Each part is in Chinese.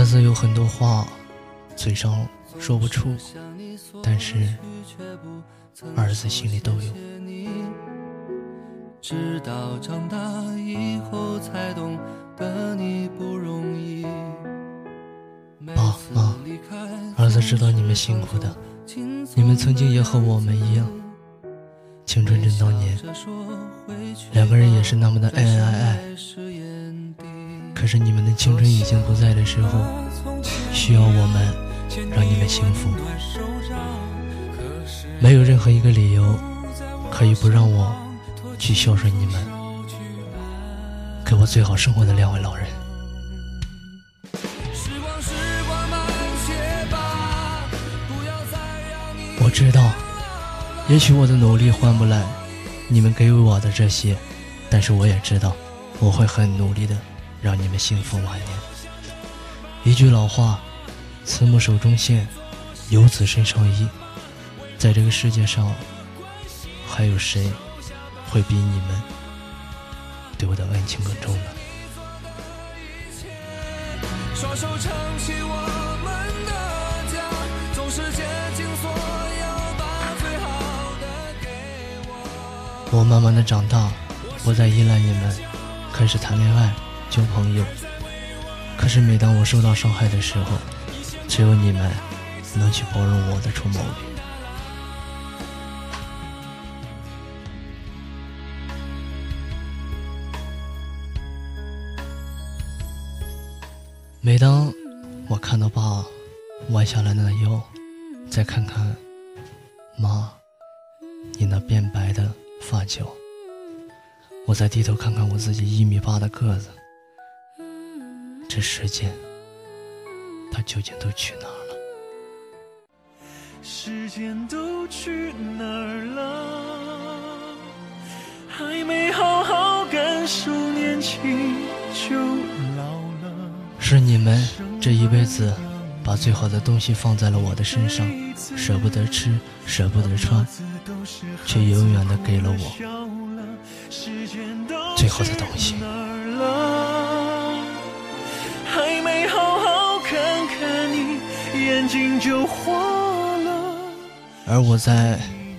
子有很多话嘴上说不出，但是儿子心里都有。 直到长大以后才懂得你不容易。 爸妈，儿子知道你们辛苦的，你们曾经也和我们一样，青春正当年，两个人也是那么的爱爱爱爱。可是你们的青春已经不在的时候，需要我们让你们幸福。没有任何一个理由可以不让我去孝顺你们，给我最好生活的两位老人。我知道也许我的努力换不来你们给我的这些，但是我也知道我会很努力的让你们幸福晚年。一句老话，慈母手中线，游子身上衣。在这个世界上还有谁会比你们对我的恩情更重呢？ 双手撑起我们的家，总是竭尽所有把最好的给我。 我慢慢的长大，不再依赖你们，开始谈恋爱交朋友。可是每当我受到伤害的时候，只有你们能去包容我的臭毛病。每当我看到爸弯下来的腰，再看看妈你那变白的发角，我再低头看看我自己1.8米的个子，这时间它究竟都去哪儿了？ 时间都去哪儿了？还没好好感受年轻就老了。 是你们这一辈子把最好的东西放在了我的身上，舍不得吃，舍不得穿，却永远的给了我最好的东西。 还没好好看看你，眼睛就花了。 而我在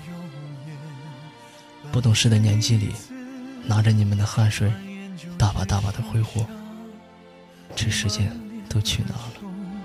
不懂事的年纪里，拿着你们的汗水大把大把的挥霍，这时间都去哪了？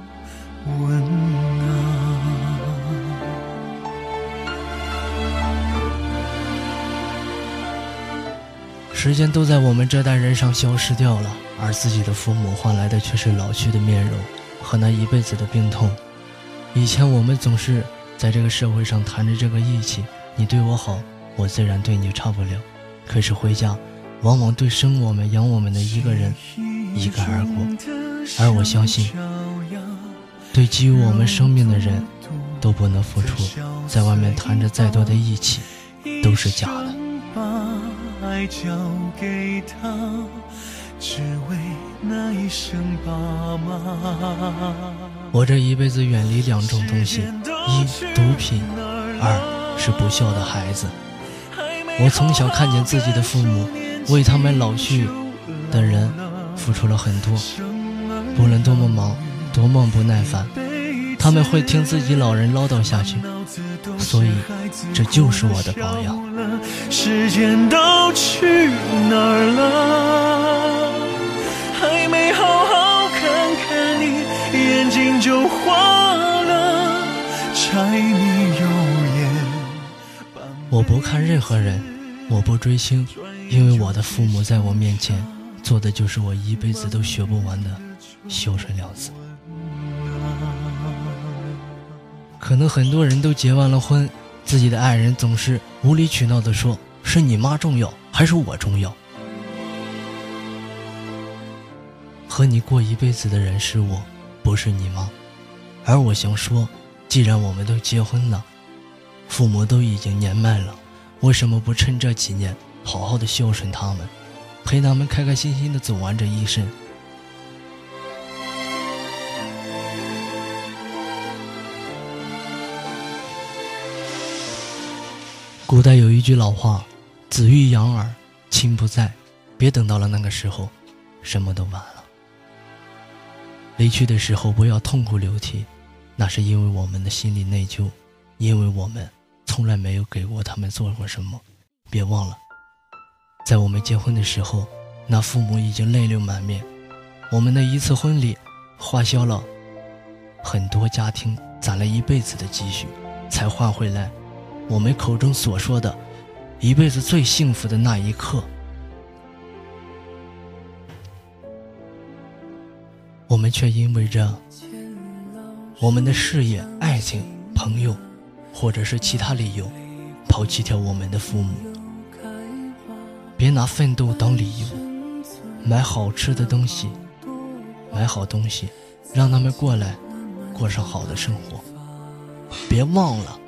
时间都在我们这代人上消失掉了，而自己的父母换来的却是老去的面容和那一辈子的病痛。以前我们总是在这个社会上谈着这个义气，你对我好，我自然对你差不了。可是回家往往对生我们养我们的一个人一概而过，而我相信对给予我们生命的人都不能付出，在外面谈着再多的义气都是假的。 爱交给他，只为那一声爸妈。 我这一辈子远离2种东西，一毒品，2是不孝的孩子。我从小看见自己的父母为他们老去的人付出了很多，不论多么忙多么不耐烦，他们会听自己老人唠叨下去，所以这就是我的榜样。 时间都去哪儿了？还没好好看看你，眼睛就花了。柴米油盐。 我不看任何人，我不追星，因为我的父母在我面前做的就是我一辈子都学不完的孝顺2字。可能很多人都结完了婚，自己的爱人总是无理取闹地说，是你妈重要还是我重要？和你过一辈子的人是我，不是你妈。而我想说，既然我们都结婚了，父母都已经年迈了，为什么不趁这几年好好的孝顺他们，陪他们开开心心的走完这一生？古代有一句老话，子欲养而亲不在，别等到了那个时候，什么都晚了。 离去的时候不要痛哭流涕，那是因为我们的心里内疚，因为我们从来没有给过他们做过什么。别忘了，在我们结婚的时候，那父母已经泪流满面。我们的一次婚礼花销了很多家庭攒了一辈子的积蓄，才换回来我们口中所说的一辈子最幸福的那一刻。我们却因为着我们的事业、爱情、朋友，或者是其他理由，抛弃掉我们的父母。别拿奋斗当理由，买好吃的东西，买好东西，让他们过来过上好的生活。别忘了，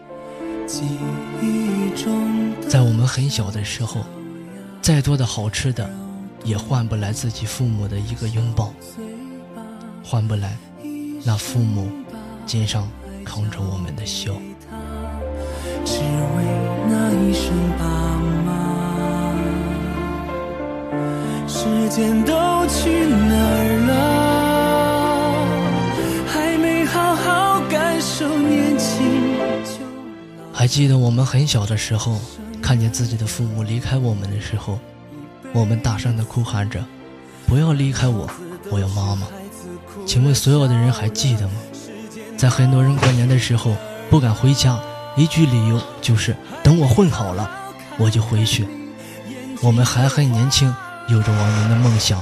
在我们很小的时候，再多的好吃的也换不来自己父母的一个拥抱，换不来那父母肩上扛着我们的笑。 只为那一声爸妈，时间都去哪儿了？还没好好感受年轻就老。 还记得我们很小的时候，看见自己的父母离开我们的时候，我们大声地哭喊着，不要离开我，我要妈妈。请问所有的人还记得吗？在很多人过年的时候不敢回家，一句理由就是等我混好了我就回去。我们还很年轻，有着我们的梦想。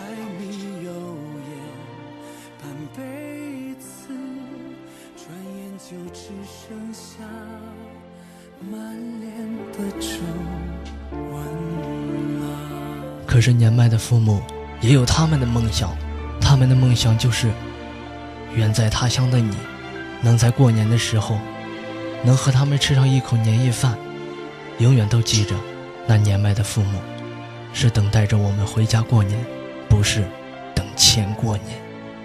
可是年迈的父母也有他们的梦想，他们的梦想就是远在他乡的你能在过年的时候能和他们吃上一口年夜饭。永远都记着，那年迈的父母是等待着我们回家过年，不是等钱过年。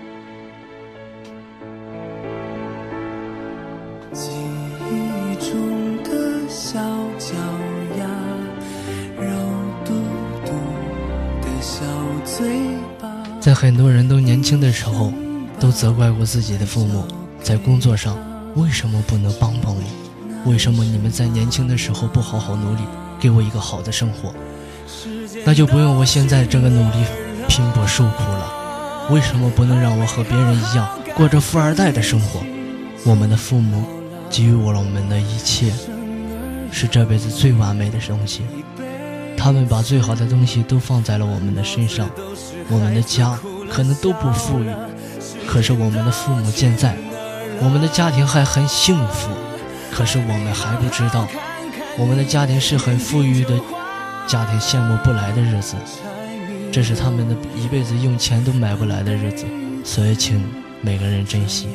记忆中的小脚丫，肉嘟嘟的小嘴巴。 在很多人都年轻的时候都责怪过自己的父母，在工作上为什么不能帮帮我？为什么你们在年轻的时候不好好努力，给我一个好的生活？那就不用我现在这个努力拼搏受苦了。为什么不能让我和别人一样过着富二代的生活？我们的父母给予我们的一切是这辈子最完美的东西，他们把最好的东西都放在了我们的身上。我们的家可能都不富裕，可是我们的父母健在，我们的家庭还很幸福。可是我们还不知道，我们的家庭是很富裕的家庭，羡慕不来的日子，这是他们的一辈子用钱都买不来的日子。所以请每个人珍惜。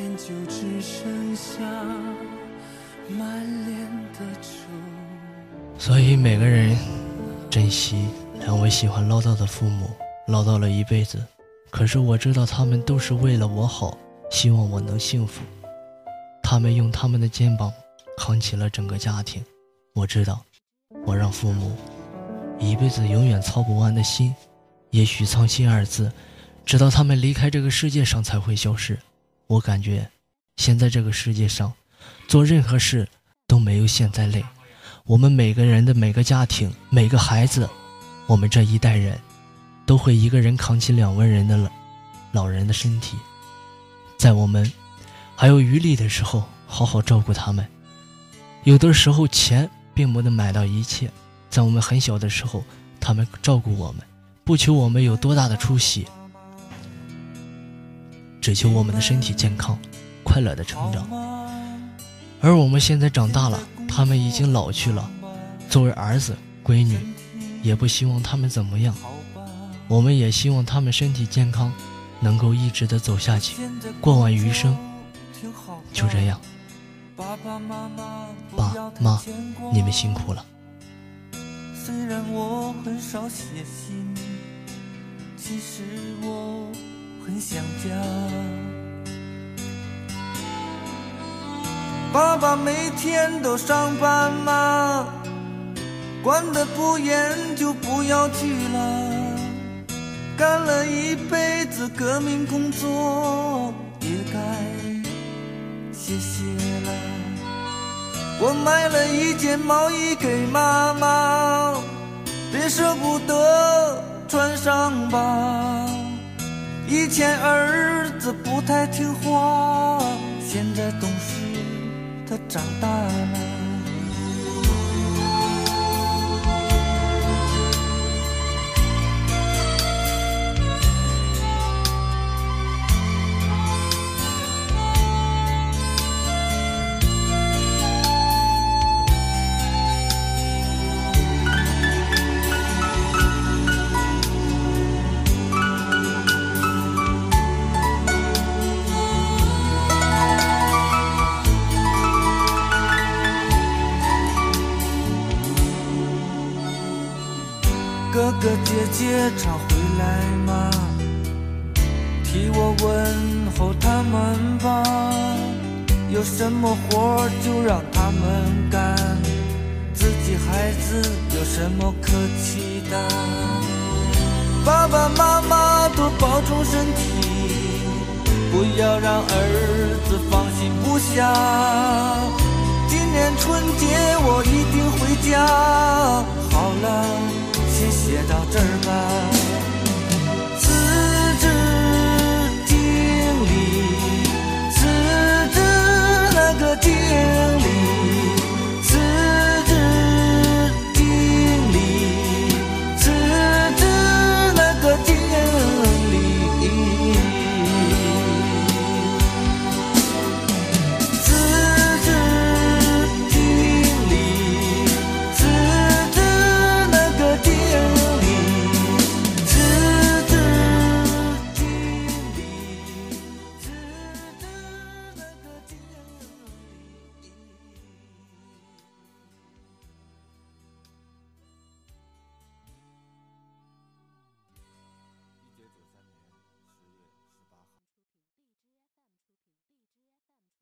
所以每个人珍惜两位喜欢唠叨的父母，唠叨了一辈子，可是我知道他们都是为了我好，希望我能幸福。他们用他们的肩膀扛起了整个家庭。我知道我让父母一辈子永远操不完的心，也许操心二字直到他们离开这个世界上才会消失。我感觉现在这个世界上做任何事都没有现在累。我们每个人的每个家庭，每个孩子，我们这一代人都会一个人扛起2万人的老人的身体。在我们还有余力的时候好好照顾他们。有的时候钱并不能买到一切，在我们很小的时候他们照顾我们，不求我们有多大的出息，只求我们的身体健康，快乐的成长。而我们现在长大了，他们已经老去了，作为儿子闺女也不希望他们怎么样，我们也希望他们身体健康，能够一直的走下去，过完余生。就这样，爸妈你们辛苦了。 虽然我很少写信，其实我很想家。爸爸每天都上班吗？管得不严就不要去了。 干了一辈子革命工作，也该谢谢了。我买了一件毛衣给妈妈，别舍不得穿上吧。以前儿子不太听话，现在懂事，他长大了。哥哥姐姐常回来吗？替我问候他们吧，有什么活就让他们干，自己孩子有什么可气的？爸爸妈妈多保重身体，不要让儿子放心不下。今年春节我一定回家，好了